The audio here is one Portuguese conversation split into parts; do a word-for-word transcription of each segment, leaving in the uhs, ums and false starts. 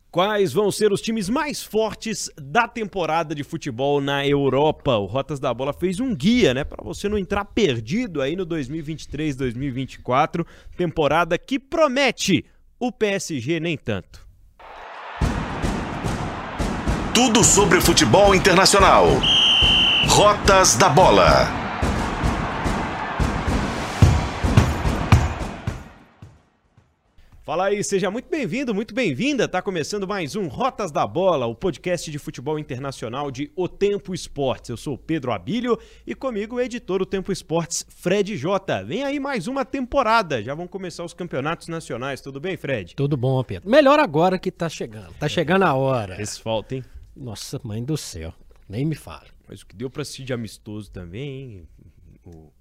Quais vão ser os times mais fortes da temporada de futebol na Europa? O Rotas da Bola fez um guia, né, para você não entrar perdido aí no dois mil e vinte e três, dois mil e vinte e quatro, temporada que promete, o P S G nem tanto. Tudo sobre futebol internacional. Rotas da Bola. Fala aí, seja muito bem-vindo, muito bem-vinda. Tá começando mais um Rotas da Bola, o podcast de futebol internacional de O Tempo Esportes. Eu sou o Pedro Abílio e comigo o editor do Tempo Esportes, Fred Jota. Vem aí mais uma temporada, já vão começar os campeonatos nacionais. Tudo bem, Fred? Tudo bom, Pedro. Melhor agora que tá chegando, tá chegando a hora. Esse falta, hein? Nossa, mãe do céu, nem me fala. Mas o que deu pra assistir de amistoso também, hein? O...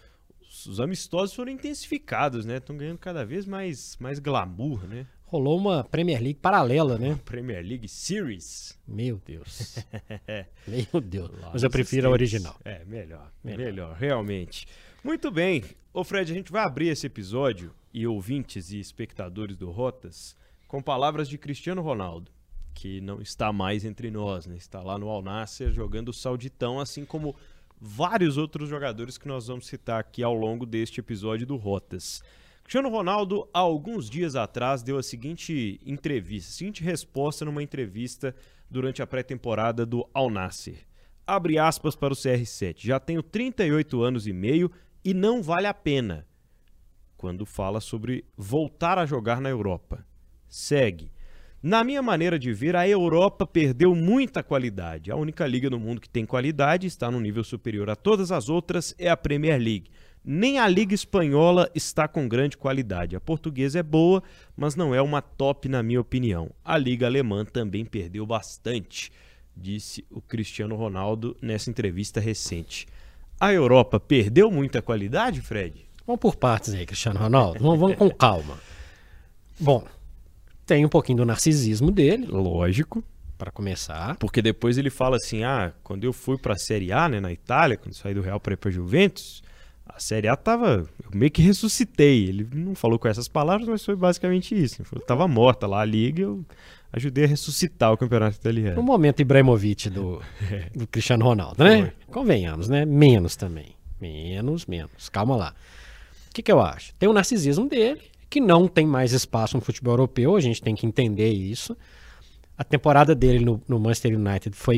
Os amistosos foram intensificados, né? Estão ganhando cada vez mais, mais glamour, né? Rolou uma Premier League paralela, né? Premier League Series. Meu Deus. Meu Deus. Lá Mas eu prefiro a original. É, melhor, Melhor. melhor, realmente. Muito bem. Ô Fred, a gente vai abrir esse episódio, e ouvintes e espectadores do Rotas, com palavras de Cristiano Ronaldo, que não está mais entre nós, né? Está lá no Al Nassr jogando o Sauditão, assim como vários outros jogadores que nós vamos citar aqui ao longo deste episódio do Rotas. Cristiano Ronaldo, há alguns dias atrás, deu a seguinte entrevista, a seguinte resposta numa entrevista durante a pré-temporada do Al Nassr. Abre aspas para o C R sete. Já tenho trinta e oito anos e meio e não vale a pena. Quando fala sobre voltar a jogar na Europa. Segue. Na minha maneira de ver, a Europa perdeu muita qualidade. A única liga no mundo que tem qualidade, está num nível superior a todas as outras, é a Premier League. Nem a Liga Espanhola está com grande qualidade. A portuguesa é boa, mas não é uma top na minha opinião. A Liga Alemã também perdeu bastante, disse o Cristiano Ronaldo nessa entrevista recente. A Europa perdeu muita qualidade, Fred? Vamos por partes aí, Cristiano Ronaldo. Vamos, vamos com calma. Bom, tem um pouquinho do narcisismo dele. Lógico. Para começar. Porque depois ele fala assim, ah, quando eu fui pra Série A, né, na Itália, quando saí do Real para ir pra Juventus, a Série A tava, eu meio que ressuscitei. Ele não falou com essas palavras, mas foi basicamente isso. Ele falou, tava morta lá a liga, eu ajudei a ressuscitar o campeonato italiano. No momento Ibrahimovic do, do Cristiano Ronaldo, né? Foi. Convenhamos, né? Menos também. Menos, menos. Calma lá. O que que eu acho? Tem o narcisismo dele, que não tem mais espaço no futebol europeu, a gente tem que entender isso. A temporada dele no, no Manchester United foi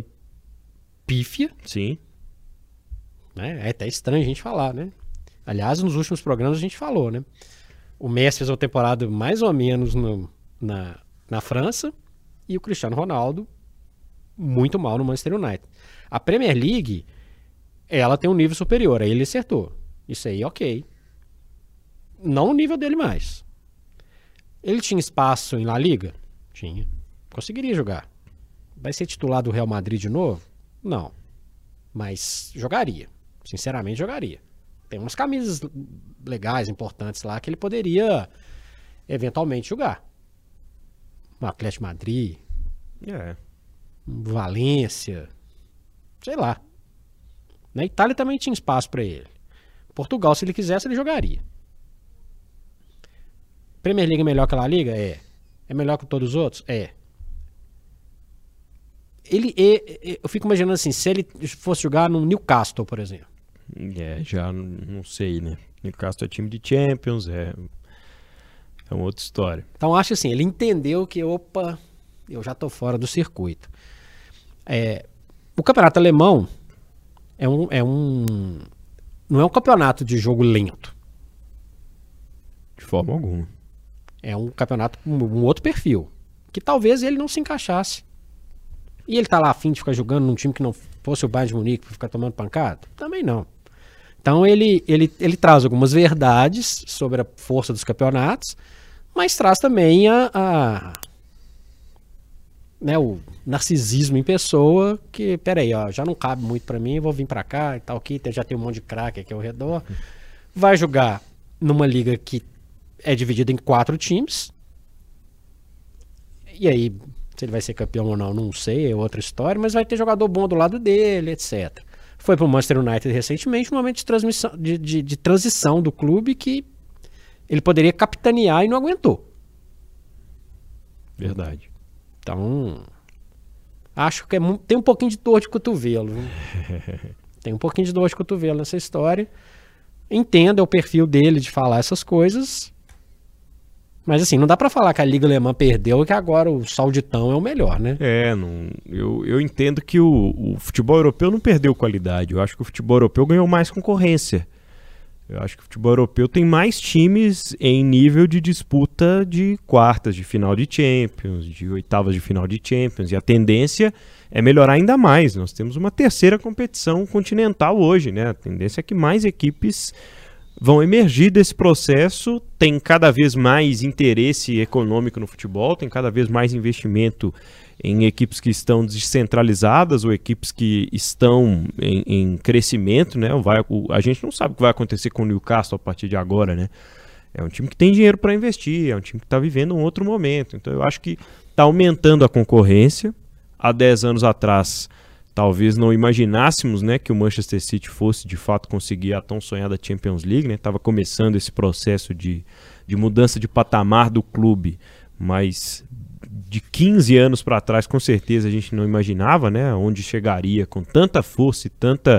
pífia. Sim. Né? É até estranho a gente falar, né? Aliás, nos últimos programas a gente falou, né? O Messi fez uma temporada mais ou menos no, na, na França e o Cristiano Ronaldo muito mal no Manchester United. A Premier League, ela tem um nível superior, aí ele acertou. Isso aí, ok. Não no nível dele mais. Ele tinha espaço em La Liga? Tinha. Conseguiria jogar. Vai ser titular do Real Madrid de novo? Não. Mas jogaria. Sinceramente, jogaria. Tem umas camisas legais, importantes lá, que ele poderia eventualmente jogar. Um Atlético de Madrid. É. Um Valência. Sei lá. Na Itália também tinha espaço para ele. Portugal, se ele quisesse, ele jogaria. Premier League é melhor que a La Liga? É. É melhor que todos os outros? É. Ele, é, é, eu fico imaginando assim, se ele fosse jogar no Newcastle, por exemplo. É, já não sei, né? Newcastle é time de Champions, é, é uma outra história. Então acho assim, ele entendeu que, opa, eu já tô fora do circuito. É, o campeonato alemão é um, é um, não é um campeonato de jogo lento. De forma alguma. É um campeonato com um outro perfil, que talvez ele não se encaixasse. E ele tá lá afim de ficar jogando num time que não fosse o Bayern de Munique para ficar tomando pancada? Também não. Então ele, ele, ele traz algumas verdades sobre a força dos campeonatos, mas traz também a, a né, o narcisismo em pessoa, que peraí, ó, já não cabe muito para mim, vou vir para cá e tal, aqui, já tem um monte de craque aqui ao redor. Vai jogar numa liga que é dividida em quatro times. E aí, se ele vai ser campeão ou não, não sei, é outra história, mas vai ter jogador bom do lado dele, etcétera. Foi para o Manchester United recentemente, um momento de, transmissão, de, de, de transição do clube que ele poderia capitanear e não aguentou. Verdade. Então, acho que é, tem um pouquinho de dor de cotovelo. Tem um pouquinho de dor de cotovelo nessa história. Entendo, é o perfil dele de falar essas coisas. Mas assim, não dá pra falar que a Liga Alemã perdeu e que agora o Sauditão é o melhor, né? É, não, eu, eu entendo que o, o futebol europeu não perdeu qualidade. Eu acho que o futebol europeu ganhou mais concorrência. Eu acho que o futebol europeu tem mais times em nível de disputa de quartas de final de Champions, de oitavas de final de Champions. E a tendência é melhorar ainda mais. Nós temos uma terceira competição continental hoje, né? A tendência é que mais equipes vão emergir desse processo. Tem cada vez mais interesse econômico no futebol, tem cada vez mais investimento em equipes que estão descentralizadas ou equipes que estão em, em crescimento, né? Vai, o, a gente não sabe o que vai acontecer com o Newcastle a partir de agora, né? É um time que tem dinheiro para investir, é um time que está vivendo um outro momento. Então eu acho que está aumentando a concorrência. Há dez anos atrás, talvez não imaginássemos, né, que o Manchester City fosse de fato conseguir a tão sonhada Champions League, né? Estava começando esse processo de, de mudança de patamar do clube, mas de quinze anos para trás, com certeza a gente não imaginava, né, onde chegaria com tanta força e tanta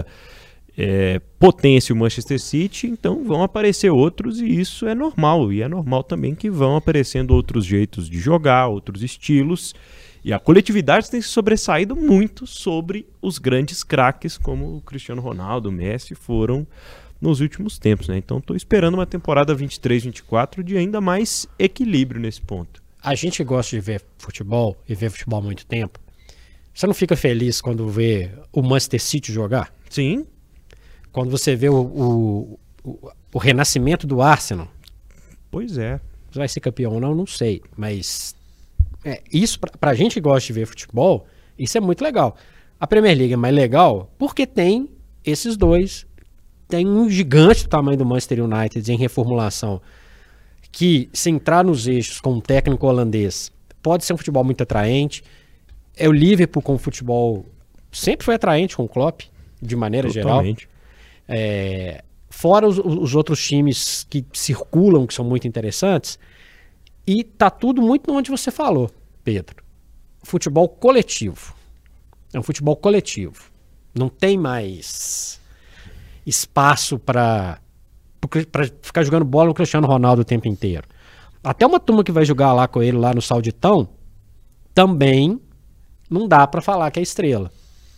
é, potência o Manchester City. Então vão aparecer outros e isso é normal, e é normal também que vão aparecendo outros jeitos de jogar, outros estilos. E a coletividade tem se sobressaído muito sobre os grandes craques como o Cristiano Ronaldo, o Messi foram nos últimos tempos, né? Então estou esperando uma temporada vinte e três, vinte e quatro de ainda mais equilíbrio nesse ponto. A gente gosta de ver futebol e ver futebol há muito tempo. Você não fica feliz quando vê o Manchester City jogar? Sim. Quando você vê o, o, o, o renascimento do Arsenal? Pois é. Vai ser campeão ou não, não sei, mas... É, isso, pra, pra gente que gosta de ver futebol, isso é muito legal. A Premier League é mais legal porque tem esses dois. Tem um gigante do tamanho do Manchester United em reformulação, que se entrar nos eixos com um técnico holandês, pode ser um futebol muito atraente. É o Liverpool com o futebol, sempre foi atraente com o Klopp, de maneira Totalmente. geral. É, fora os, os outros times que circulam, que são muito interessantes. E tá tudo muito onde você falou, Pedro. Futebol coletivo. É um futebol coletivo. Não tem mais espaço para ficar jogando bola no Cristiano Ronaldo o tempo inteiro. Até uma turma que vai jogar lá com ele lá no Sauditão, também não dá para falar que é estrela.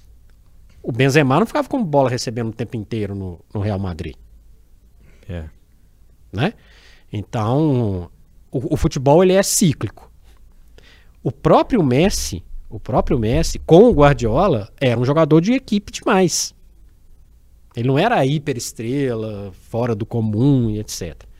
O Benzema não ficava com bola recebendo o tempo inteiro no, no Real Madrid. É. Né? Então... O, o futebol ele é cíclico. O próprio Messi, o próprio Messi, com o Guardiola, era um jogador de equipe demais. Ele não era a hiperestrela, fora do comum e etcétera.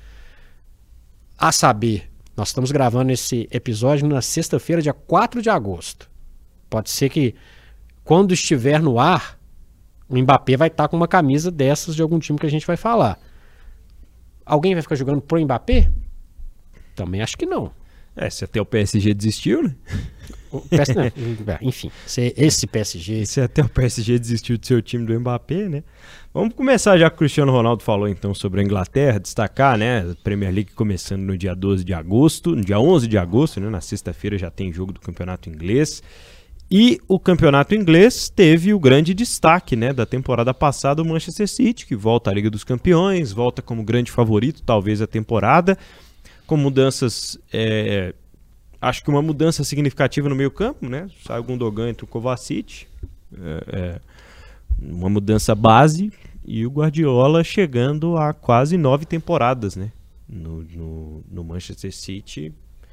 A saber, nós estamos gravando esse episódio na sexta-feira, dia quatro de agosto. Pode ser que, quando estiver no ar, o Mbappé vai estar com uma camisa dessas de algum time que a gente vai falar. Alguém vai ficar jogando pro Mbappé? Também acho que não. É, se até o P S G desistiu, né? O P S G, enfim, esse P S G... Se até o P S G desistiu do seu time do Mbappé, né? Vamos começar, já que o Cristiano Ronaldo falou então sobre a Inglaterra, destacar, né? A Premier League começando no dia doze de agosto, no dia onze de agosto, né? Na sexta-feira já tem jogo do Campeonato Inglês. E o Campeonato Inglês teve o grande destaque, né, da temporada passada, o Manchester City, que volta à Liga dos Campeões, volta como grande favorito, talvez, a temporada, com mudanças, é, acho que uma mudança significativa no meio campo, né? Sai o Gundogan entre o Kovacic, é, é, uma mudança base, e o Guardiola chegando a quase nove temporadas, né? No, no, no Manchester City,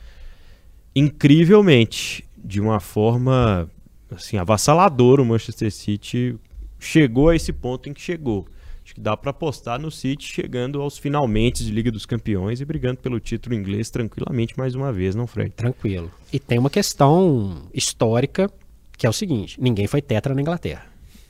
incrivelmente, de uma forma assim, avassaladora, o Manchester City chegou a esse ponto em que chegou. Acho que dá para apostar no City chegando aos finalmente de Liga dos Campeões e brigando pelo título inglês tranquilamente mais uma vez, não, Fred? Tranquilo. E tem uma questão histórica que é o seguinte: ninguém foi tetra na Inglaterra.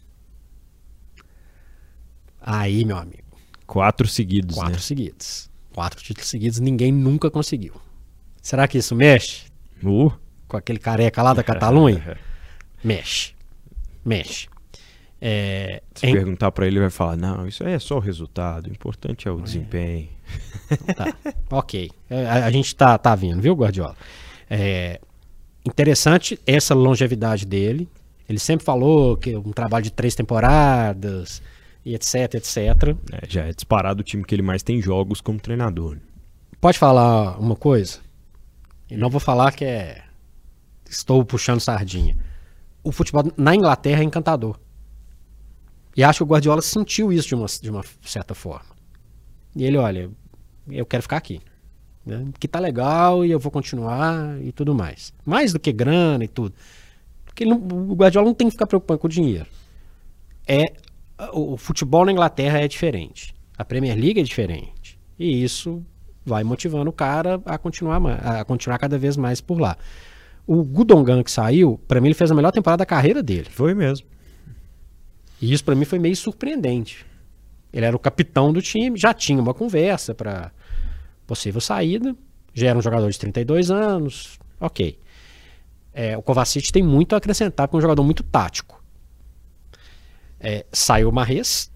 Aí, meu amigo. Quatro seguidos, Quatro né? seguidos. Quatro títulos seguidos, ninguém nunca conseguiu. Será que isso mexe? Uh. Com aquele careca lá da Catalunha? Mexe. Mexe. É, Se em... perguntar pra ele, ele vai falar, não, isso aí é só o resultado, o importante é o é. desempenho. Tá, ok. A, a gente tá, tá vendo, viu, Guardiola? É, interessante essa longevidade dele. Ele sempre falou que um trabalho de três temporadas, e etc, etcétera. É, já é disparado o time que ele mais tem jogos como treinador. Pode falar uma coisa? E não vou falar que é... Estou puxando sardinha. O futebol na Inglaterra é encantador. E acho que o Guardiola sentiu isso de uma, de uma certa forma. E ele, olha, eu quero ficar aqui. Né? Que tá legal e eu vou continuar e tudo mais. Mais do que grana e tudo. Porque ele não, o Guardiola não tem que ficar preocupado com o dinheiro. É, o, o futebol na Inglaterra é diferente. A Premier League é diferente. E isso vai motivando o cara a continuar, a continuar cada vez mais por lá. O Gundogan que saiu, pra mim ele fez a melhor temporada da carreira dele. Foi mesmo. E isso pra mim foi meio surpreendente. Ele era o capitão do time, já tinha uma conversa pra possível saída, já era um jogador de trinta e dois anos, ok. É, o Kovacic tem muito a acrescentar, porque é um jogador muito tático. É, saiu o Mahrez.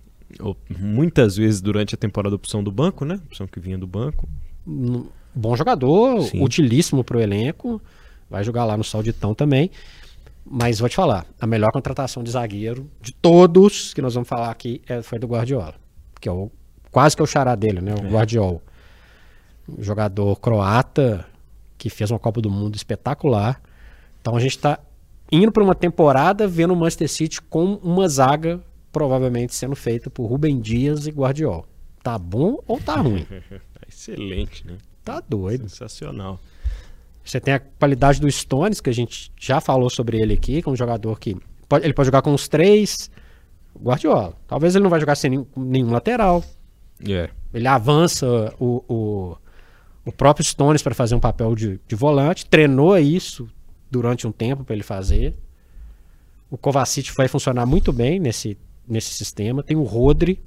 Muitas vezes durante a temporada opção do banco, né? Opção que vinha do banco. Um bom jogador, Sim. utilíssimo pro elenco. Vai jogar lá no Sauditão também. Mas vou te falar, a melhor contratação de zagueiro de todos que nós vamos falar aqui é, foi do Guardiola. Que é o, quase que é o xará dele, né? O É. Guardiola. Um jogador croata que fez uma Copa do Mundo espetacular. Então a gente tá indo para uma temporada vendo o Manchester City com uma zaga provavelmente sendo feita por Rubem Dias e Guardiola. Tá bom ou tá ruim? Excelente, né? Tá doido. Sensacional. Você tem a qualidade do Stones, que a gente já falou sobre ele aqui, que é um jogador que pode, ele pode jogar com os três. Guardiola. Talvez ele não vai jogar sem nenhum, nenhum lateral. É. Ele avança o, o, o próprio Stones para fazer um papel de, de volante. Treinou isso durante um tempo para ele fazer. O Kovacic vai funcionar muito bem nesse, nesse sistema. Tem o Rodri.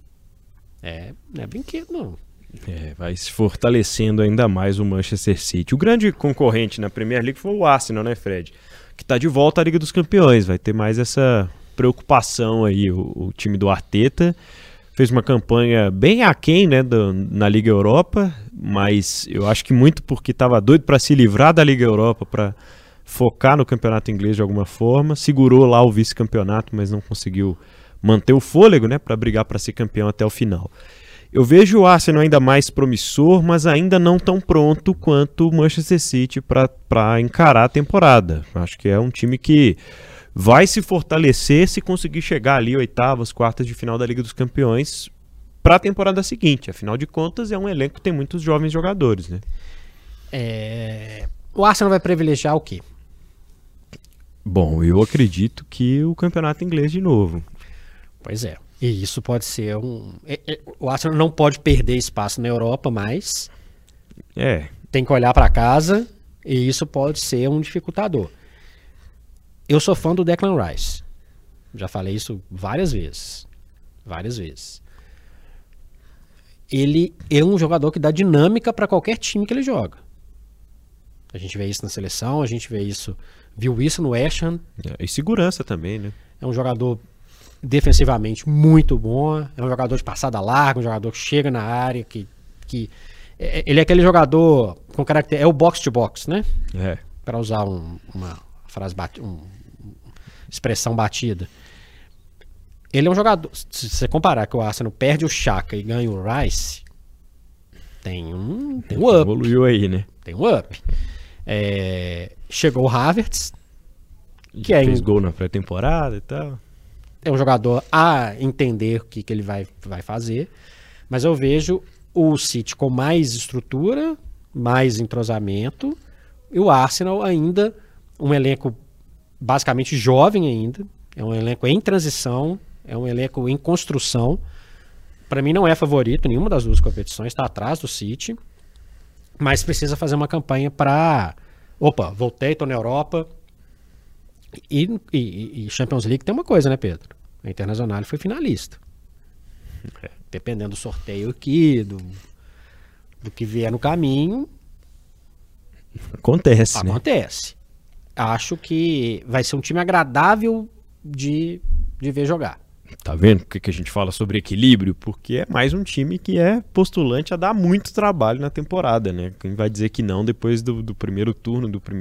É, não é brinquedo, não. É, vai se fortalecendo ainda mais o Manchester City. O grande concorrente na Premier League foi o Arsenal, né, Fred? Que tá de volta à Liga dos Campeões. Vai ter mais essa preocupação aí. O, o time do Arteta fez uma campanha bem aquém, né, do, na Liga Europa, mas eu acho que muito porque estava doido para se livrar da Liga Europa, para focar no campeonato inglês de alguma forma. Segurou lá o vice-campeonato, mas não conseguiu manter o fôlego, né, para brigar para ser campeão até o final. Eu vejo o Arsenal ainda mais promissor, mas ainda não tão pronto quanto o Manchester City para encarar a temporada. Acho que é um time que vai se fortalecer se conseguir chegar ali oitavas, quartas de final da Liga dos Campeões para a temporada seguinte. Afinal de contas, é um elenco que tem muitos jovens jogadores, né? É... O Arsenal vai privilegiar o quê? Bom, eu acredito que o campeonato inglês de novo. Pois é. E isso pode ser um... O Arsenal não pode perder espaço na Europa, mas É. tem que olhar para casa e isso pode ser um dificultador. Eu sou fã do Declan Rice. Já falei isso várias vezes. Várias vezes. Ele é um jogador que dá dinâmica para qualquer time que ele joga. A gente vê isso na seleção, a gente vê isso, viu isso no West Ham. E segurança também, né? É um jogador defensivamente muito bom, é um jogador de passada larga, um jogador que chega na área, que, que é, ele é aquele jogador com caráter, é o box to box, né? É. Para usar um, uma frase bat, um, expressão batida. Ele é um jogador, se você comparar que o Arsenal perde o Xhaka e ganha o Rice, tem um, tem um up. Evoluiu aí, né? Tem um up. É, chegou o Havertz, que Já é fez em- gol na pré-temporada e tal. é um jogador a entender o que, que ele vai, vai fazer, mas eu vejo o City com mais estrutura, mais entrosamento, e o Arsenal ainda, um elenco basicamente jovem ainda, é um elenco em transição, é um elenco em construção. Para mim não é favorito, nenhuma das duas competições, está atrás do City, mas precisa fazer uma campanha para, opa, voltei, tô na Europa. E, e, e Champions League tem uma coisa, né, Pedro? A Internacional foi finalista. Dependendo do sorteio aqui, do, do que vier no caminho, Acontece, né? acontece. Acho que vai ser um time agradável de, de ver jogar. Tá vendo por que que a gente fala sobre equilíbrio? Porque é mais um time que é postulante a dar muito trabalho na temporada, né? Quem vai dizer que não depois do, do primeiro turno, do primeira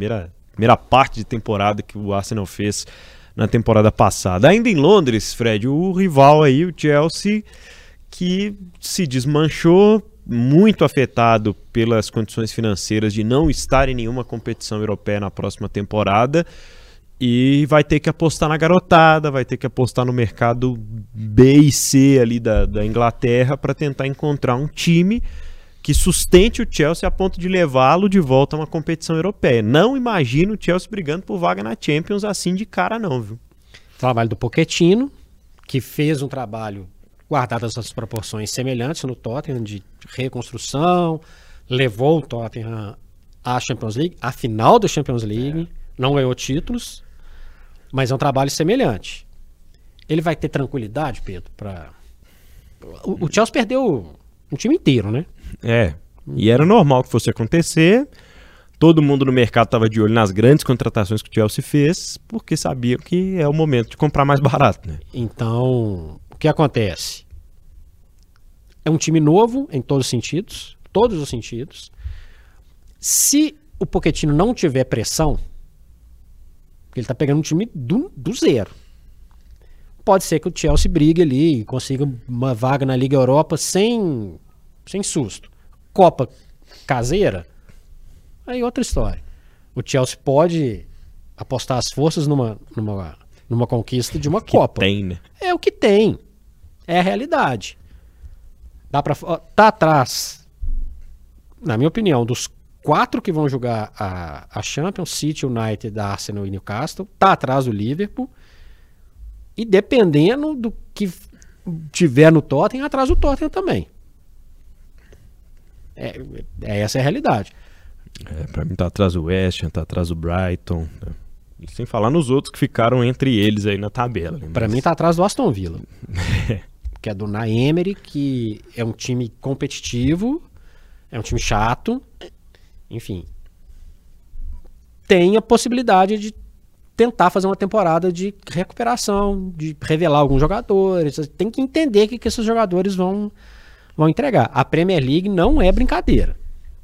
primeira parte de temporada que o Arsenal fez na temporada passada. Ainda em Londres, Fred, o rival aí, o Chelsea, que se desmanchou, muito afetado pelas condições financeiras de não estar em nenhuma competição europeia na próxima temporada, e vai ter que apostar na garotada, vai ter que apostar no mercado B e C ali da, da Inglaterra para tentar encontrar um time que sustente o Chelsea a ponto de levá-lo de volta a uma competição europeia. Não imagino o Chelsea brigando por vaga na Champions assim de cara não, viu? Trabalho do Pochettino, que fez um trabalho guardado as proporções semelhantes no Tottenham, de reconstrução, levou o Tottenham à Champions League, à final da Champions League, é. Não ganhou títulos, mas é um trabalho semelhante. Ele vai ter tranquilidade, Pedro, para... O, o Chelsea perdeu um time inteiro, né? É, e era normal que fosse acontecer. Todo mundo no mercado estava de olho nas grandes contratações que o Chelsea fez, porque sabia que é o momento de comprar mais barato, né? Então, o que acontece? É um time novo em todos os sentidos, todos os sentidos. Se o Pochettino não tiver pressão, porque ele está pegando um time do, do zero, pode ser que o Chelsea brigue ali e consiga uma vaga na Liga Europa sem, sem susto. Copa caseira, aí outra história. O Chelsea pode apostar as forças numa, numa, numa conquista de uma que Copa. Tem, né? É o que tem. É a realidade. Dá pra, ó, tá atrás, na minha opinião, dos quatro que vão jogar a, a Champions, City, United, Arsenal e Newcastle, tá atrás do Liverpool, e dependendo do que tiver no Tottenham, atrás do Tottenham também. É, é, essa é a realidade. É, pra mim tá atrás do West Ham, tá atrás do Brighton, né? E sem falar nos outros que ficaram entre eles aí na tabela. Né? Pra Mas... mim tá atrás do Aston Villa, que é do Unai Emery, que é um time competitivo, é um time chato, enfim, tem a possibilidade de tentar fazer uma temporada de recuperação, de revelar alguns jogadores. Tem que entender o que, que esses jogadores vão, vão entregar. A Premier League não é brincadeira.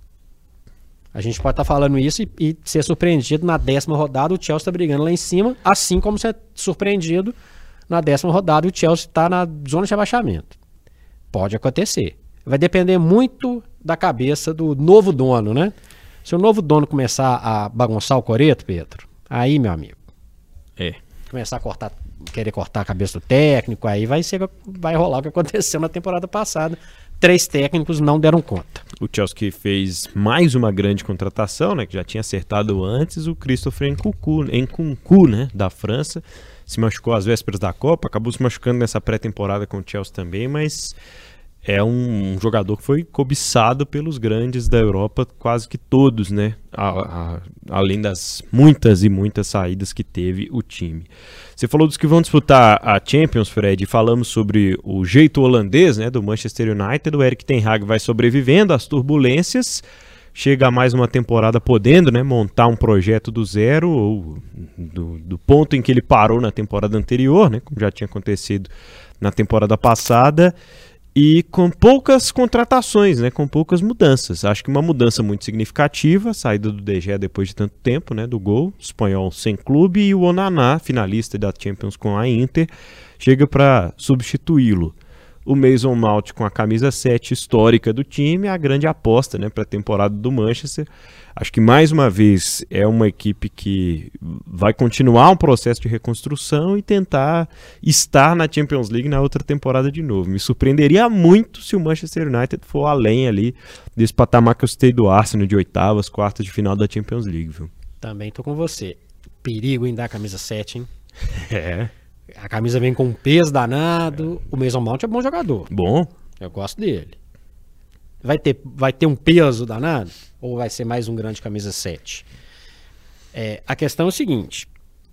A gente pode estar tá falando isso e, e ser surpreendido na décima rodada, o Chelsea está brigando lá em cima, assim como ser surpreendido na décima rodada e o Chelsea está na zona de rebaixamento. Pode acontecer. Vai depender muito da cabeça do novo dono, né? Se o novo dono começar a bagunçar o coreto, Pedro, aí, meu amigo, é. começar a cortar, querer cortar a cabeça do técnico, aí vai, ser, vai rolar o que aconteceu na temporada passada. Três técnicos não deram conta. O Chelsea que fez mais uma grande contratação, né, que já tinha acertado antes, o Christopher Nkunku, Nkunku, né, da França. Se machucou às vésperas da Copa, acabou se machucando nessa pré-temporada com o Chelsea também, mas... é um jogador que foi cobiçado pelos grandes da Europa, quase que todos, né? A, a, além das muitas e muitas saídas que teve o time. Você falou dos que vão disputar a Champions, Fred, e falamos sobre o jeito holandês, né, do Manchester United. O Erik ten Hag vai sobrevivendo às turbulências, chega a mais uma temporada podendo, né, montar um projeto do zero, ou do, do ponto em que ele parou na temporada anterior, né, como já tinha acontecido na temporada passada. E com poucas contratações, né? Com poucas mudanças. Acho que uma mudança muito significativa, a saída do De Gea depois de tanto tempo, né? Do gol, espanhol sem clube, e o Onaná, finalista da Champions com a Inter, chega para substituí-lo. O Mason Mount com a camisa sete histórica do time, a grande aposta, né, para a temporada do Manchester. Acho que mais uma vez é uma equipe que vai continuar um processo de reconstrução e tentar estar na Champions League na outra temporada de novo. Me surpreenderia muito se o Manchester United for além ali desse patamar que eu citei do Arsenal, de oitavas, quartas de final da Champions League, viu? Também tô com você. Perigo em dar a camisa sete, hein? É. A camisa vem com um peso danado. O Mason Mount é bom jogador. Bom. Eu gosto dele. Vai ter, vai ter um peso danado? Ou vai ser mais um grande camisa sete? É, a questão é o seguinte.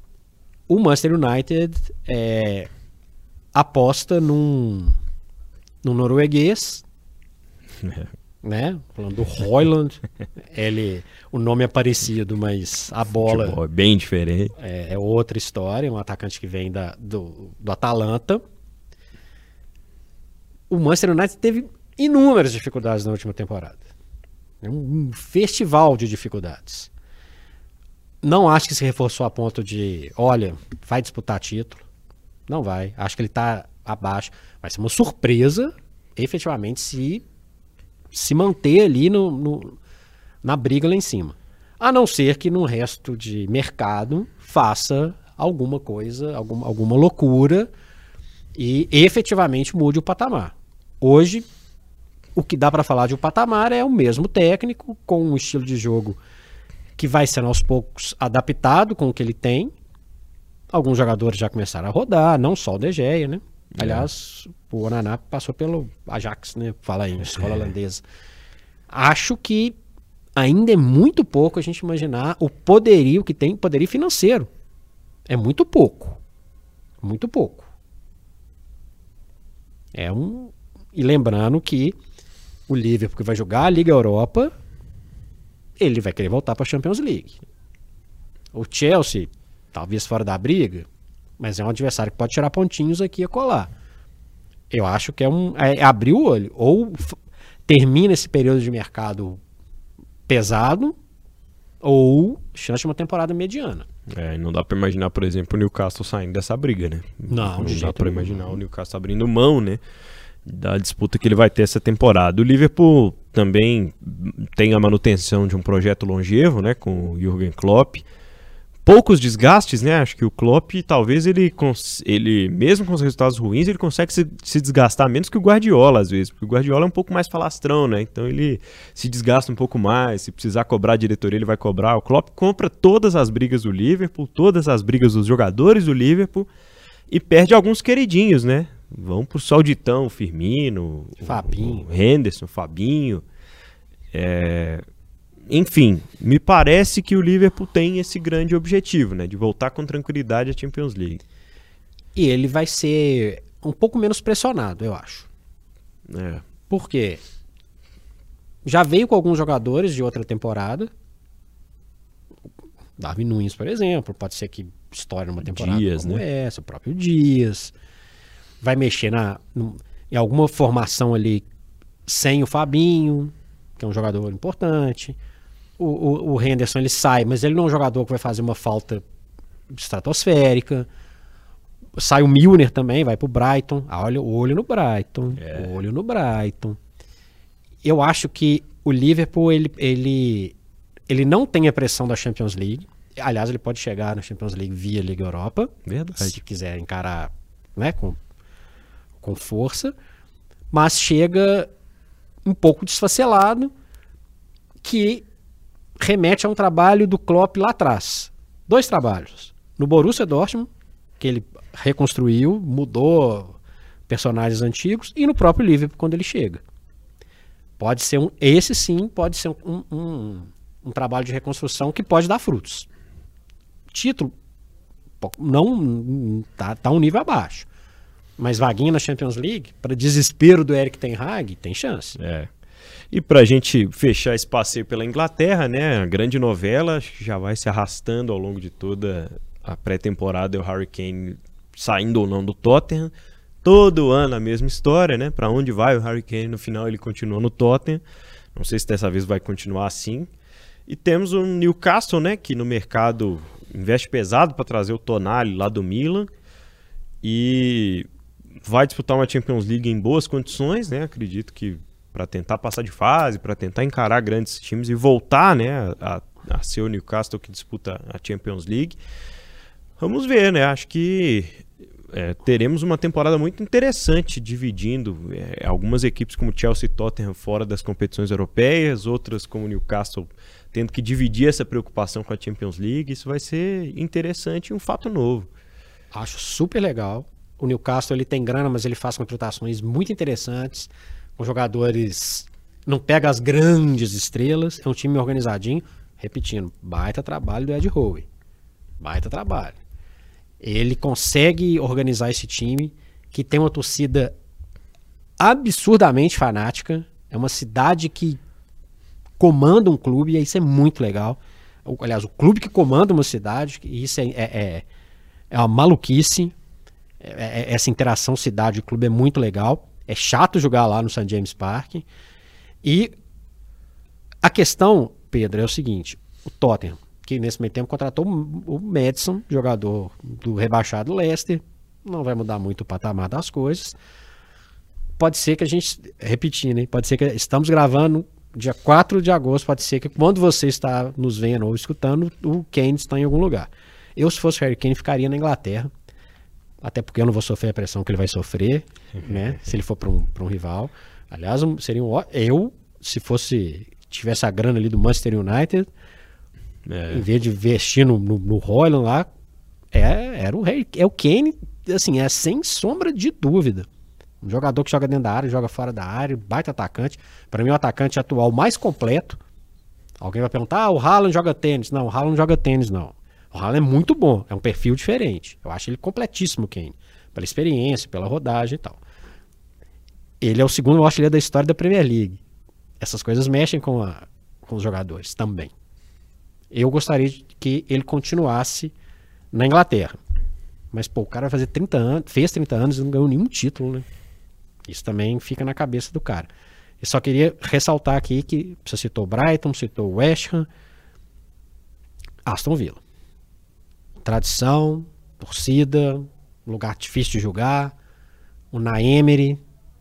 O Manchester United é, aposta num, num norueguês, É. né? Falando do Højlund. Ele, o nome é parecido, mas a bola Futebol é bem diferente. é, é outra história. Um atacante que vem da, do, do Atalanta. O Manchester United teve inúmeras dificuldades na última temporada. Um, um festival de dificuldades. não acho que se reforçou a ponto de, olha, vai disputar título. Não vai. Acho que ele tá abaixo. Vai ser uma surpresa, efetivamente, se se manter ali no, no, na briga lá em cima. A não ser que no resto de mercado faça alguma coisa, alguma, alguma loucura e efetivamente mude o patamar. Hoje, o que dá para falar de um patamar é o mesmo técnico, com um estilo de jogo que vai sendo aos poucos adaptado com o que ele tem. Alguns jogadores já começaram a rodar, não só o De Gea, né? É. Aliás, o Onaná passou pelo Ajax, né? Fala aí, escola é. holandesa. Acho que ainda é muito pouco a gente imaginar o poderio que tem, poderio financeiro. É muito pouco. Muito pouco. É um... E lembrando que o Liverpool, que vai jogar a Liga Europa, ele vai querer voltar para a Champions League. O Chelsea, talvez fora da briga, mas é um adversário que pode tirar pontinhos aqui e colar. Eu acho que é, um, é abrir o olho. Ou f- termina esse período de mercado pesado, ou chance de uma temporada mediana. É, não dá para imaginar, por exemplo, o Newcastle saindo dessa briga, né? Não, não de dá para nenhum. imaginar o Newcastle abrindo mão, né? Da disputa que ele vai ter essa temporada. O Liverpool também tem a manutenção de um projeto longevo, né, com o Jürgen Klopp. Poucos desgastes, né? Acho que o Klopp, talvez ele, cons- ele mesmo com os resultados ruins, ele consegue se, se desgastar menos que o Guardiola, às vezes. Porque o Guardiola é um pouco mais falastrão, né? Então ele se desgasta um pouco mais. Se precisar cobrar a diretoria, ele vai cobrar. O Klopp compra todas as brigas do Liverpool, todas as brigas dos jogadores do Liverpool e perde alguns queridinhos, né? Vão pro Sauditão, o Firmino, Fabinho. o Henderson, o Fabinho. É... Enfim, me parece que o Liverpool tem esse grande objetivo, né? De voltar com tranquilidade à Champions League. E ele vai ser um pouco menos pressionado, eu acho. É. Por quê? Já veio com alguns jogadores de outra temporada. Darwin Nunes, por exemplo. Pode ser que estoure numa temporada Dias, como né? essa. O próprio Dias. Vai mexer na, no, em alguma formação ali sem o Fabinho, que é um jogador importante. O, o, o Henderson, ele sai, mas ele não é um jogador que vai fazer uma falta estratosférica. Sai o Milner também, vai pro Brighton. Ah, olha, o olho no Brighton. É. O olho no Brighton. Eu acho que o Liverpool, ele, ele, ele não tem a pressão da Champions League. Aliás, ele pode chegar na Champions League via Liga Europa. Verdade. Se quiser encarar, né, com, com força. Mas chega um pouco desfacelado, que remete a um trabalho do Klopp lá atrás. Dois trabalhos. No Borussia Dortmund, que ele reconstruiu, mudou personagens antigos, e no próprio Liverpool, quando ele chega. Pode ser um... Esse sim pode ser um, um, um trabalho de reconstrução que pode dar frutos. Título não tá, tá um nível abaixo. Mas vaguinha na Champions League, para desespero do Erik ten Hag, tem chance. É. E pra gente fechar esse passeio pela Inglaterra, né? A grande novela já vai se arrastando ao longo de toda a pré-temporada, é o Harry Kane saindo ou não do Tottenham. Todo ano a mesma história, né? Pra onde vai o Harry Kane? No final ele continua no Tottenham. Não sei se dessa vez vai continuar assim. E temos o Newcastle, né? Que no mercado investe pesado para trazer o Tonali lá do Milan. E vai disputar uma Champions League em boas condições, né? Acredito que para tentar passar de fase, para tentar encarar grandes times e voltar, né, a, a ser o Newcastle que disputa a Champions League. Vamos ver, né? Acho que é, teremos uma temporada muito interessante, dividindo é, algumas equipes como Chelsea e Tottenham fora das competições europeias, outras como Newcastle tendo que dividir essa preocupação com a Champions League. Isso vai ser interessante e um fato novo. Acho super legal. O Newcastle, ele tem grana, mas ele faz contratações muito interessantes, com jogadores... Não pega as grandes estrelas, é um time organizadinho. Repetindo, baita trabalho do Ed Howe. Baita trabalho. Ele consegue organizar esse time, que tem uma torcida absurdamente fanática. É uma cidade que comanda um clube, e isso é muito legal. Aliás, o clube que comanda uma cidade, e isso é, é, é, é uma maluquice. É, é, essa interação cidade-clube é muito legal. É chato jogar lá no Saint James Park. E a questão, Pedro, é o seguinte. O Tottenham que nesse meio tempo contratou o Maddison, jogador do rebaixado Leicester. Não vai mudar muito o patamar das coisas. Pode ser que a gente, repetindo, hein? Pode ser que estamos gravando dia quatro de agosto, pode ser que quando você está nos vendo ou escutando, o Kane está em algum lugar. Eu, se fosse o Harry Kane, ficaria na Inglaterra, até porque eu não vou sofrer a pressão que ele vai sofrer, né? Se ele for para um, para um rival. Aliás, seria um, eu, se fosse, tivesse a grana ali do Manchester United, é. em vez de investir no, no, no Haaland lá, é, era o Harry, é o Kane, assim, é sem sombra de dúvida. Um jogador que joga dentro da área, joga fora da área, baita atacante. Para mim, o atacante atual mais completo. Alguém vai perguntar, ah, o Haaland joga tênis. Não, o Haaland não joga tênis, não. O Haaland é muito bom, é um perfil diferente. Eu acho ele completíssimo, Kane. Pela experiência, pela rodagem e tal. Ele é o segundo artilheiro da história da Premier League. Essas coisas mexem com, a, com os jogadores também. Eu gostaria que ele continuasse na Inglaterra. Mas, pô, o cara vai fazer trinta anos, fez trinta anos e não ganhou nenhum título, né? Isso também fica na cabeça do cara. Eu só queria ressaltar aqui que você citou Brighton, citou West Ham, Aston Villa. Tradição, torcida, lugar difícil de jogar, o Unai Emery,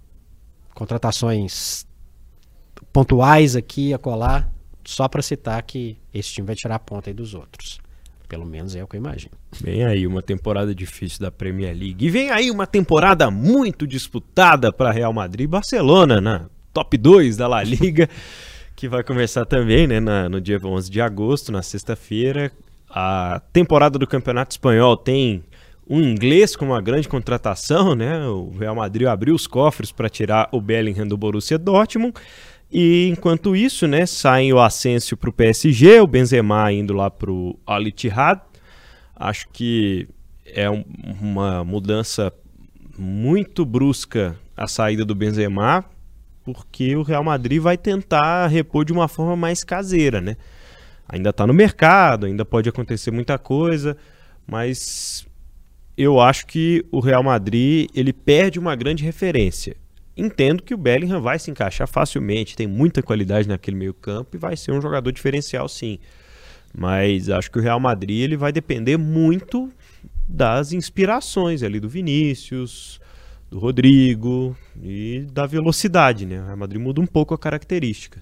contratações pontuais aqui e acolá, só para citar que esse time vai tirar a ponta aí dos outros. Pelo menos é o que eu imagino. Vem aí uma temporada difícil da Premier League. E vem aí uma temporada muito disputada para Real Madrid e Barcelona, na top dois da La Liga, que vai começar também, né, na, no dia onze de agosto, na sexta-feira. A temporada do Campeonato Espanhol tem um inglês com uma grande contratação, né? O Real Madrid abriu os cofres para tirar o Bellingham do Borussia Dortmund. E enquanto isso, né, saem o Asensio para o P S G, o Benzema indo lá para o Al Ittihad. Acho que é um, uma mudança muito brusca a saída do Benzema, porque o Real Madrid vai tentar repor de uma forma mais caseira, né? Ainda está no mercado, ainda pode acontecer muita coisa, mas eu acho que o Real Madrid ele perde uma grande referência. Entendo que o Bellingham vai se encaixar facilmente, tem muita qualidade naquele meio campo e vai ser um jogador diferencial, sim. Mas acho que o Real Madrid ele vai depender muito das inspirações ali do Vinícius, do Rodrigo e da velocidade, né? O Real Madrid muda um pouco a característica.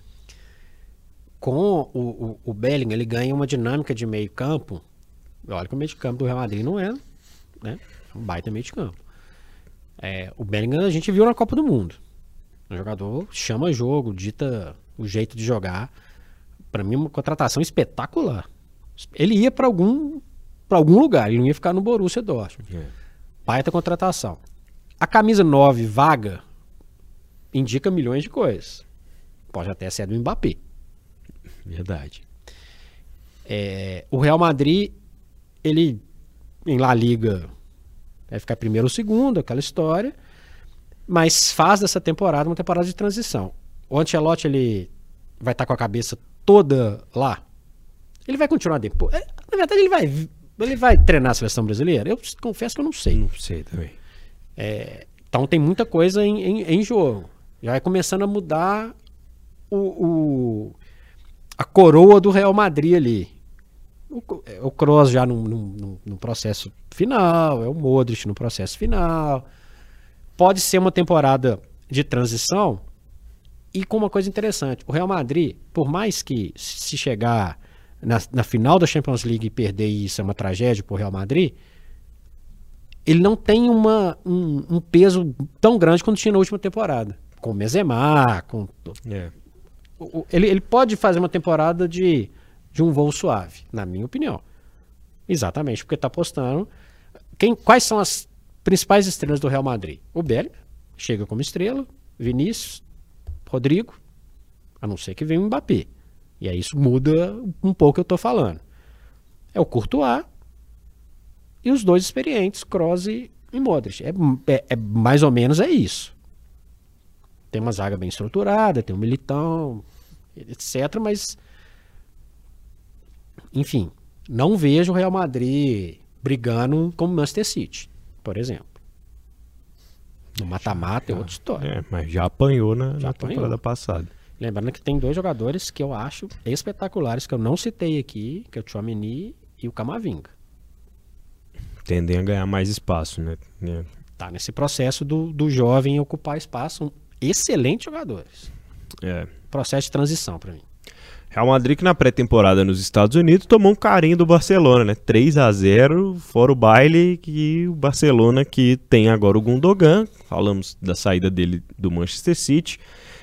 Com o, o, o Bellingham, ele ganha uma dinâmica de meio campo. Olha que o meio de campo do Real Madrid não é, né? É um baita meio de campo. É, o Bellingham a gente viu na Copa do Mundo. O jogador chama jogo, dita o jeito de jogar. Para mim, uma contratação espetacular. Ele ia para algum, para algum lugar, ele não ia ficar no Borussia Dortmund. É. Baita contratação. A camisa nove vaga indica milhões de coisas. Pode até ser do Mbappé. Verdade. É, o Real Madrid, ele em La Liga vai ficar primeiro ou segundo, aquela história, mas faz dessa temporada uma temporada de transição. O Ancelotti, ele vai estar com a cabeça toda lá. Ele vai continuar depois. Na verdade, ele vai, ele vai treinar a seleção brasileira? Eu confesso que eu não sei. Não sei também. É, então tem muita coisa em, em, em jogo. Já vai começando a mudar o, o, a coroa do Real Madrid ali. O, o Kroos já no, no, no processo final, é o Modric no processo final. Pode ser uma temporada de transição e com uma coisa interessante. O Real Madrid, por mais que se chegar na, na final da Champions League e perder isso é uma tragédia para o Real Madrid, ele não tem uma, um, um peso tão grande quanto tinha na última temporada. Com o Benzema, com... É. O, ele, ele pode fazer uma temporada de... de um voo suave, na minha opinião. Exatamente, porque está apostando. Quem, quais são as principais estrelas do Real Madrid? O Bellingham, chega como estrela, Vinícius, Rodrigo, a não ser que venha o Mbappé. E aí isso muda um pouco o que eu estou falando. É o Courtois e os dois experientes, Kroos e Modric. É, é, é mais ou menos é isso. Tem uma zaga bem estruturada, tem um Militão, etcétera, mas... Enfim, não vejo o Real Madrid brigando com o Manchester City, por exemplo. No mata-mata é outra história. É, mas já apanhou na, já na apanhou. temporada passada. Lembrando que tem dois jogadores que eu acho espetaculares, que eu não citei aqui, que é o Tchouaméni e o Camavinga. Tendem a ganhar mais espaço, né? É. Tá nesse processo do, do jovem ocupar espaço. São excelentes jogadores. É. Processo de transição para mim. Real Madrid que na pré-temporada nos Estados Unidos tomou um carinho do Barcelona, né? três a zero, fora o baile, que o Barcelona que tem agora o Gundogan, falamos da saída dele do Manchester City,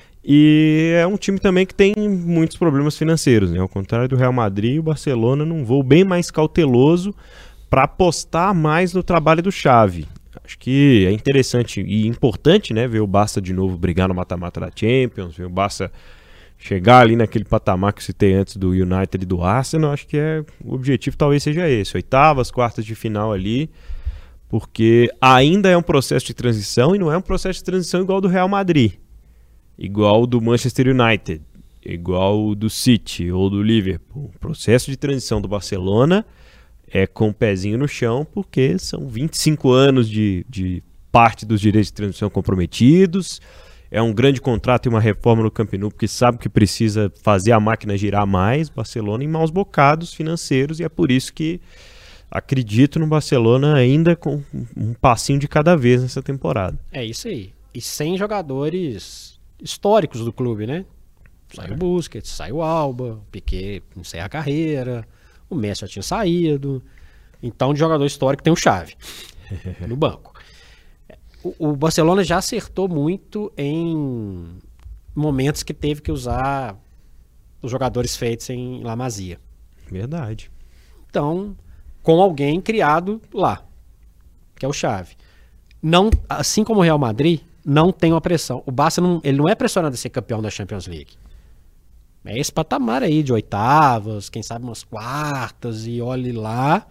e é um time também que tem muitos problemas financeiros, né? Ao contrário do Real Madrid, o Barcelona num voo bem mais cauteloso para apostar mais no trabalho do Xavi. Acho que é interessante e importante, né, ver o Barça de novo brigar no mata-mata da Champions, ver o Barça chegar ali naquele patamar que eu citei antes do United e do Arsenal. Acho que é, o objetivo talvez seja esse, oitavas, quartas de final ali, porque ainda é um processo de transição e não é um processo de transição igual do Real Madrid, igual do Manchester United, igual do City ou do Liverpool. O processo de transição do Barcelona é com o pezinho no chão, porque são vinte e cinco anos de, de parte dos direitos de transmissão comprometidos. É um grande contrato e uma reforma no Camp Nou, porque sabe que precisa fazer a máquina girar mais. Barcelona em maus bocados financeiros, e é por isso que acredito no Barcelona ainda com um passinho de cada vez nessa temporada. É isso aí. E sem jogadores históricos do clube, né? Sai o Busquets, sai o Alba, o Piqué encerra a carreira, o Messi já tinha saído. Então, de jogador histórico tem o Xavi no banco. O, o Barcelona já acertou muito em momentos que teve que usar os jogadores feitos em La Masia. Verdade. Então, com alguém criado lá, que é o Xavi. Não, assim como o Real Madrid, não tem uma pressão. O Barça não, ele não é pressionado a ser campeão da Champions League. É esse patamar aí de oitavas, quem sabe umas quartas, e olhe lá.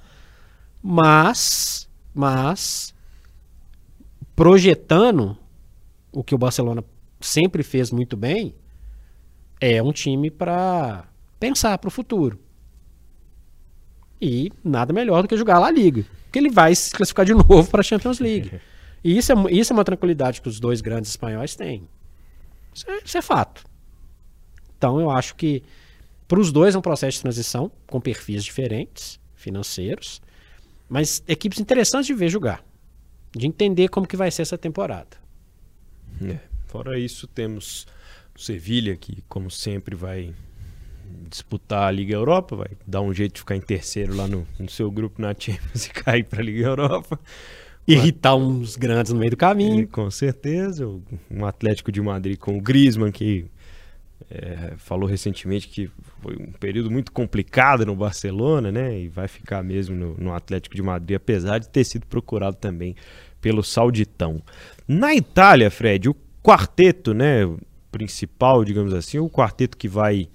Mas, mas, projetando o que o Barcelona sempre fez muito bem, é um time para pensar para o futuro. E nada melhor do que jogar lá a Liga, porque ele vai se classificar de novo para a Champions League. E isso é, isso é uma tranquilidade que os dois grandes espanhóis têm. Isso é, isso é fato. Então eu acho que para os dois é um processo de transição com perfis diferentes, financeiros, mas equipes interessantes de ver jogar, de entender como que vai ser essa temporada. É. Fora isso, temos o Sevilha, que como sempre vai disputar a Liga Europa, vai dar um jeito de ficar em terceiro lá no, no seu grupo na Champions e cair para a Liga Europa. Irritar uns grandes no meio do caminho. E, com certeza. Um Atlético de Madrid com o Griezmann, que é, falou recentemente que foi um período muito complicado no Barcelona, né? E vai ficar mesmo no, no Atlético de Madrid, apesar de ter sido procurado também pelo Sauditão. Na Itália, Fred, o quarteto, né, principal, digamos assim, o quarteto que vai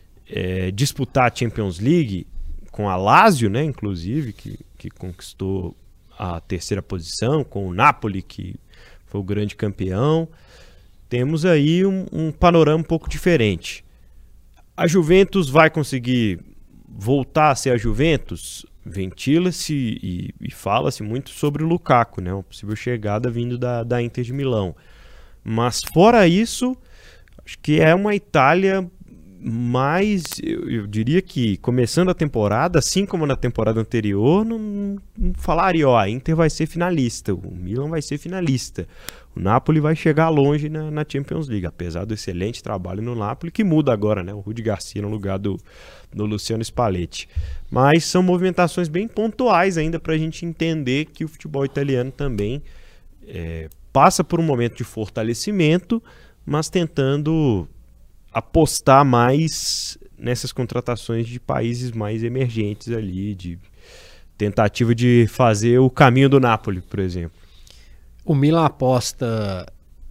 é, disputar a Champions League, com a Lazio, né, inclusive, que, que conquistou a terceira posição, com o Napoli, que foi o grande campeão. Temos aí um, um panorama um pouco diferente. A Juventus vai conseguir voltar a ser a Juventus? Ventila-se e, e fala-se muito sobre o Lukaku, né? Uma possível chegada vindo da, da Inter de Milão. Mas fora isso, acho que é uma Itália mais, eu, eu diria que começando a temporada, assim como na temporada anterior, não, não falaria, ó, a Inter vai ser finalista, o Milan vai ser finalista, o Napoli vai chegar longe na, na Champions League, apesar do excelente trabalho no Napoli, que muda agora, né? O Rudi Garcia no lugar do, do Luciano Spalletti. Mas são movimentações bem pontuais ainda para a gente entender que o futebol italiano também é, passa por um momento de fortalecimento, mas tentando apostar mais nessas contratações de países mais emergentes ali, de tentativa de fazer o caminho do Napoli, por exemplo. O Milan aposta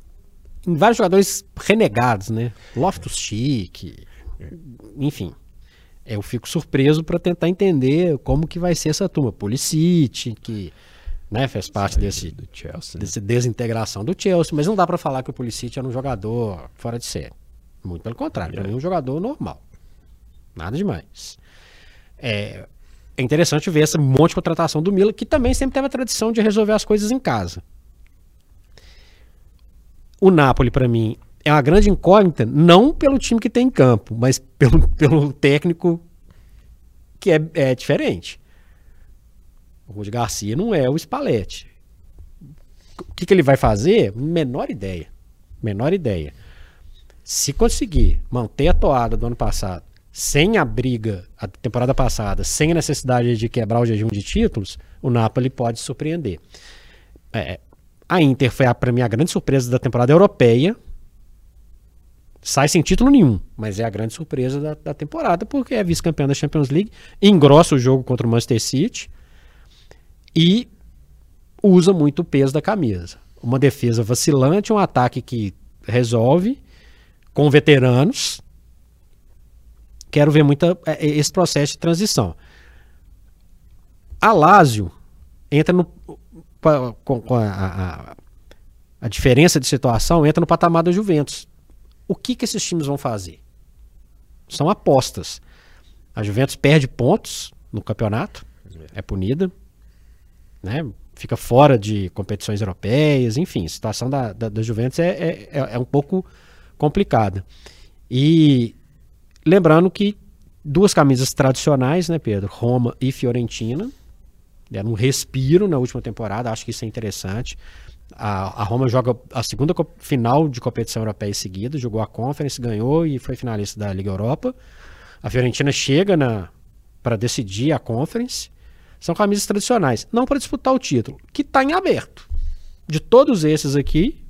em vários jogadores renegados, né? Loftus-Cheek, enfim. Eu fico surpreso para tentar entender como que vai ser essa turma. Pulisic, que, né, fez parte desse, do Chelsea, dessa desintegração do Chelsea, mas não dá para falar que o Pulisic era um jogador fora de série. Muito pelo contrário, para mim é um jogador normal. Nada demais. É, é interessante ver esse monte de contratação do Milan, que também sempre teve a tradição de resolver as coisas em casa. O Napoli, para mim, é uma grande incógnita, não pelo time que tem em campo, mas pelo, pelo técnico que é, é diferente. O Rudi Garcia não é o Spalletti. O que, que ele vai fazer? Menor ideia. Menor ideia. Se conseguir manter a toada do ano passado, sem a briga, a temporada passada, sem a necessidade de quebrar o jejum de títulos, o Napoli pode surpreender. É, a Inter foi, para mim, a grande surpresa da temporada europeia. Sai sem título nenhum, mas é a grande surpresa da, da temporada, porque é vice-campeão da Champions League, engrossa o jogo contra o Manchester City e usa muito o peso da camisa. Uma defesa vacilante, um ataque que resolve, com veteranos. Quero ver muito esse processo de transição. A Lazio entra no, com, com a, a, a diferença de situação, entra no patamar da Juventus. O que, que esses times vão fazer? São apostas. A Juventus perde pontos no campeonato, é punida, né? Fica fora de competições europeias, enfim, a situação da, da, da Juventus é, é, é um pouco complicada. E lembrando que duas camisas tradicionais, né, Pedro? Roma e Fiorentina, deram um respiro na última temporada, acho que isso é interessante. A, a Roma joga a segunda final de competição europeia seguida, jogou a Conference, ganhou e foi finalista da Liga Europa. A Fiorentina chega para decidir a Conference. São camisas tradicionais, não para disputar o título, que está em aberto. De todos esses aqui,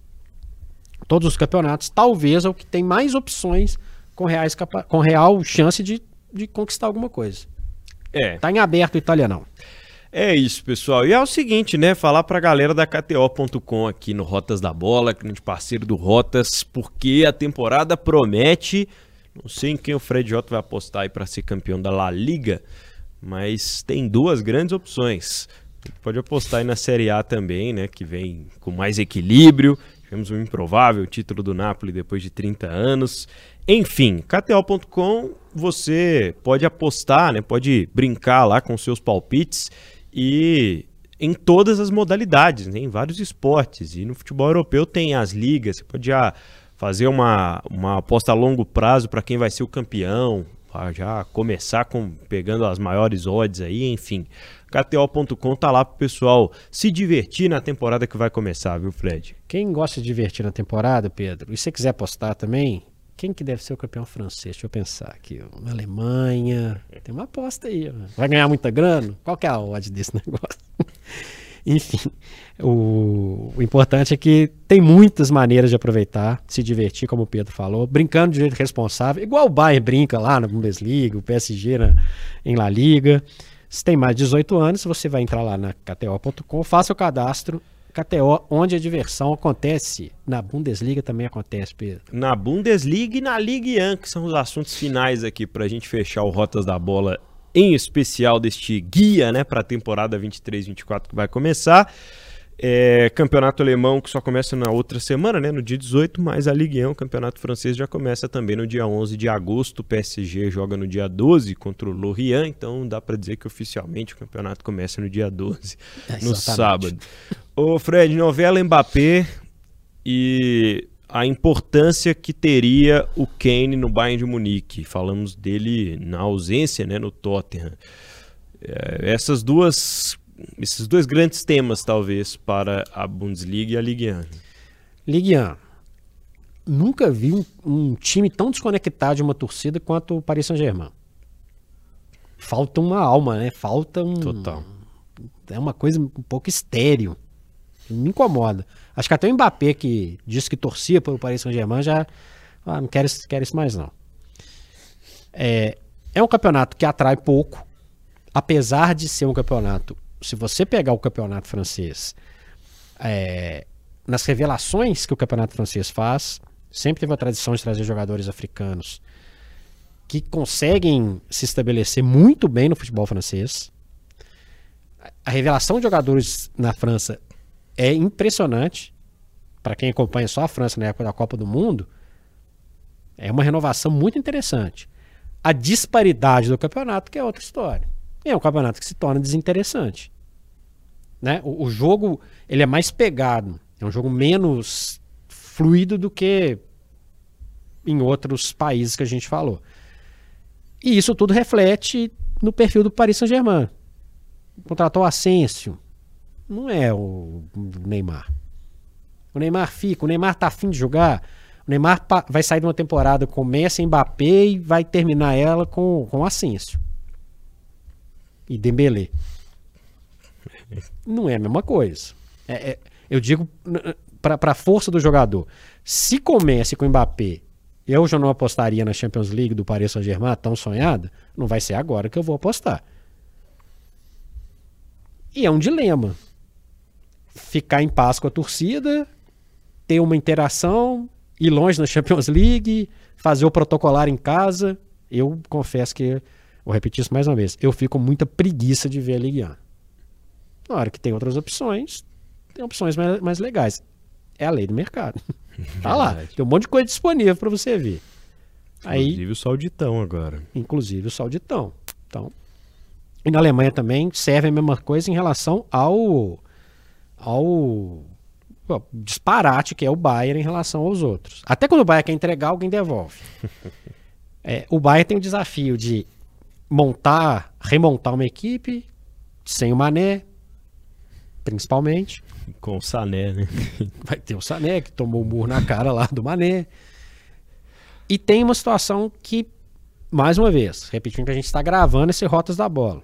todos os campeonatos, talvez é o que tem mais opções com, reais capa- com real chance de, de conquistar alguma coisa. É. Está em aberto o italianão. É isso, pessoal. E é o seguinte, né? Falar pra galera da K T O ponto com aqui no Rotas da Bola, grande parceiro do Rotas, porque a temporada promete. Não sei em quem o Fred Jota vai apostar aí pra ser campeão da La Liga, mas tem duas grandes opções. Pode apostar aí na Série A também, né? Que vem com mais equilíbrio. Tivemos um improvável título do Napoli depois de trinta anos. Enfim, K T O ponto com, você pode apostar, né? Pode brincar lá com seus palpites. E em todas as modalidades, né? Em vários esportes. E no futebol europeu tem as ligas, você pode já fazer uma, uma aposta a longo prazo para quem vai ser o campeão, já começar com, pegando as maiores odds aí, enfim. K T O ponto com tá lá pro pessoal se divertir na temporada que vai começar, viu, Fred? Quem gosta de divertir na temporada, Pedro, e se você quiser apostar também, quem que deve ser o campeão francês? Deixa eu pensar aqui. Na Alemanha. Tem uma aposta aí. Vai ganhar muita grana? Qual que é a odd desse negócio? Enfim, o, o importante é que tem muitas maneiras de aproveitar, se divertir, como o Pedro falou, brincando de jeito responsável, igual o Bayern brinca lá na Bundesliga, o P S G na, em La Liga. Se tem mais de dezoito anos, você vai entrar lá na K T O ponto com, faça o cadastro. K T O, onde a diversão acontece. Na Bundesliga também acontece, Pedro. Na Bundesliga e na Ligue um, que são os assuntos finais aqui pra gente fechar o Rotas da Bola, em especial deste guia, né, para a temporada vinte e três vinte e quatro que vai começar. É, campeonato alemão que só começa na outra semana, né, no dia dezoito, mas a Ligue um, o campeonato francês, já começa também no dia onze de agosto. O P S G joga no dia doze contra o Lorient, então dá para dizer que oficialmente o campeonato começa no dia doze, é, no sábado. Ô Fred, novela Mbappé e a importância que teria o Kane no Bayern de Munique. Falamos dele na ausência, né, no Tottenham. É, essas duas, esses dois grandes temas, talvez, para a Bundesliga e a Ligue um. Ligue um. Nunca vi um, um time tão desconectado de uma torcida quanto o Paris Saint-Germain. Falta uma alma, né? Falta um... Total. É uma coisa um pouco estéril. Me incomoda. Acho que até o Mbappé, que disse que torcia pelo Paris Saint-Germain, já ah, não quero, quero isso mais não. É, é um campeonato que atrai pouco, apesar de ser um campeonato, se você pegar o campeonato francês, é, nas revelações que o campeonato francês faz, sempre teve a tradição de trazer jogadores africanos que conseguem se estabelecer muito bem no futebol francês. A revelação de jogadores na França é impressionante. Para quem acompanha só a França na época da Copa do Mundo, é uma renovação muito interessante. A disparidade do campeonato que é outra história. É um campeonato que se torna desinteressante, né? O, o jogo ele é mais pegado, é um jogo menos fluido do que em outros países que a gente falou. E isso tudo reflete no perfil do Paris Saint-Germain. Contratou o Asensio. Não é o Neymar. O Neymar fica, o Neymar tá afim de jogar. O Neymar vai sair de uma temporada com Messi e Mbappé e vai terminar ela com, com Asensio. E Dembélé. Não é a mesma coisa. É, é, eu digo para a força do jogador. Se comece com o Mbappé, eu já não apostaria na Champions League do Paris Saint-Germain, tão sonhada, não vai ser agora que eu vou apostar. E é um dilema. Ficar em paz com a torcida, ter uma interação, ir longe na Champions League, fazer o protocolar em casa. Eu confesso que, vou repetir isso mais uma vez, eu fico com muita preguiça de ver a Ligue um. Na hora que tem outras opções, tem opções mais, mais legais. É a lei do mercado. Tá lá. Tem um monte de coisa disponível para você ver. Inclusive Aí, o Sauditão agora. Inclusive o Sauditão. Então, e na Alemanha também serve a mesma coisa em relação ao, ao ó, disparate que é o Bayern em relação aos outros. Até quando o Bayern quer entregar, alguém devolve. É, o Bayern tem o desafio de montar, remontar uma equipe sem o Mané, principalmente. Com o Sané, né? Vai ter o Sané, que tomou o murro na cara lá do Mané. E tem uma situação que, mais uma vez, repetindo que a gente está gravando esse Rotas da Bola.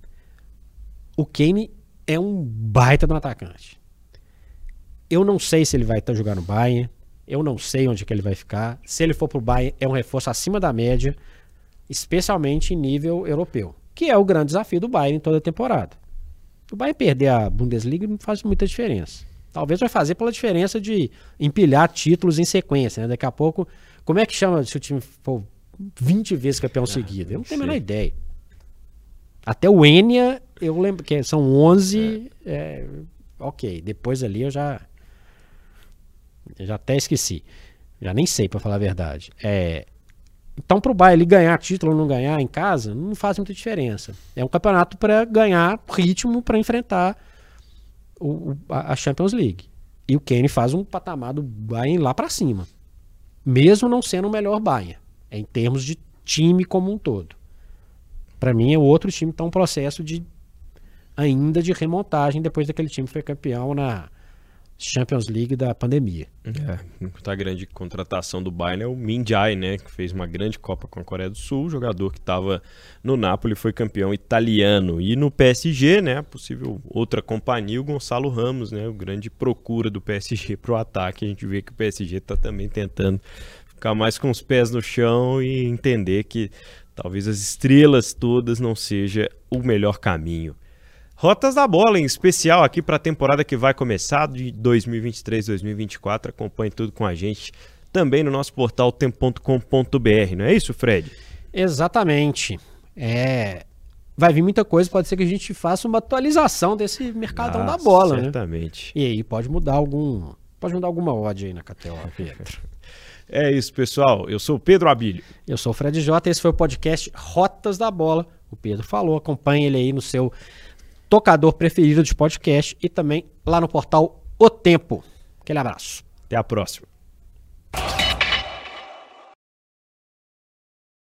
O Kane é um baita de um atacante. Eu não sei se ele vai estar jogando no Bayern. Eu não sei onde que ele vai ficar. Se ele for pro Bayern, é um reforço acima da média, especialmente em nível europeu, que é o grande desafio do Bayern em toda a temporada. O Bayern perder a Bundesliga não faz muita diferença. Talvez vai fazer pela diferença de empilhar títulos em sequência, né? Daqui a pouco, como é que chama se o time for vinte vezes campeão ah, seguido? Eu não tenho a menor ideia. Até o Enya, eu lembro que são onze. É. É, ok, depois ali eu já eu já até esqueci. Já nem sei, pra falar a verdade. É, então, pro Bayern ele ganhar título ou não ganhar em casa, não faz muita diferença. É um campeonato para ganhar ritmo para enfrentar o, a Champions League. E o Kane faz um patamar do Bayern lá para cima. Mesmo não sendo o melhor Bayern. É em termos de time como um todo. Para mim, é o outro time que está um processo de ainda de remontagem depois daquele time que foi campeão na Champions League da pandemia. É, a grande contratação do Bayern é o Min Jae, né, que fez uma grande Copa com a Coreia do Sul, jogador que estava no Napoli, foi campeão italiano. E no P S G, né, possível outra companhia, o Gonçalo Ramos, né, o grande procura do P S G para o ataque. A gente vê que o P S G está também tentando ficar mais com os pés no chão e entender que talvez as estrelas todas não seja o melhor caminho. Rotas da Bola, em especial aqui para a temporada que vai começar de dois mil e vinte e três, dois mil e vinte e quatro. Acompanhe tudo com a gente também no nosso portal tempo ponto com ponto br. Não é isso, Fred? Exatamente. É... Vai vir muita coisa, pode ser que a gente faça uma atualização desse mercadão ah, da bola, certamente. Né? E aí pode mudar algum... Pode mudar alguma odd aí na K T O, Pedro. É isso, pessoal. Eu sou o Pedro Abílio. Eu sou o Fred J. Esse foi o podcast Rotas da Bola. O Pedro falou, acompanhe ele aí no seu tocador preferido de podcast e também lá no portal O Tempo. Aquele abraço. Até a próxima.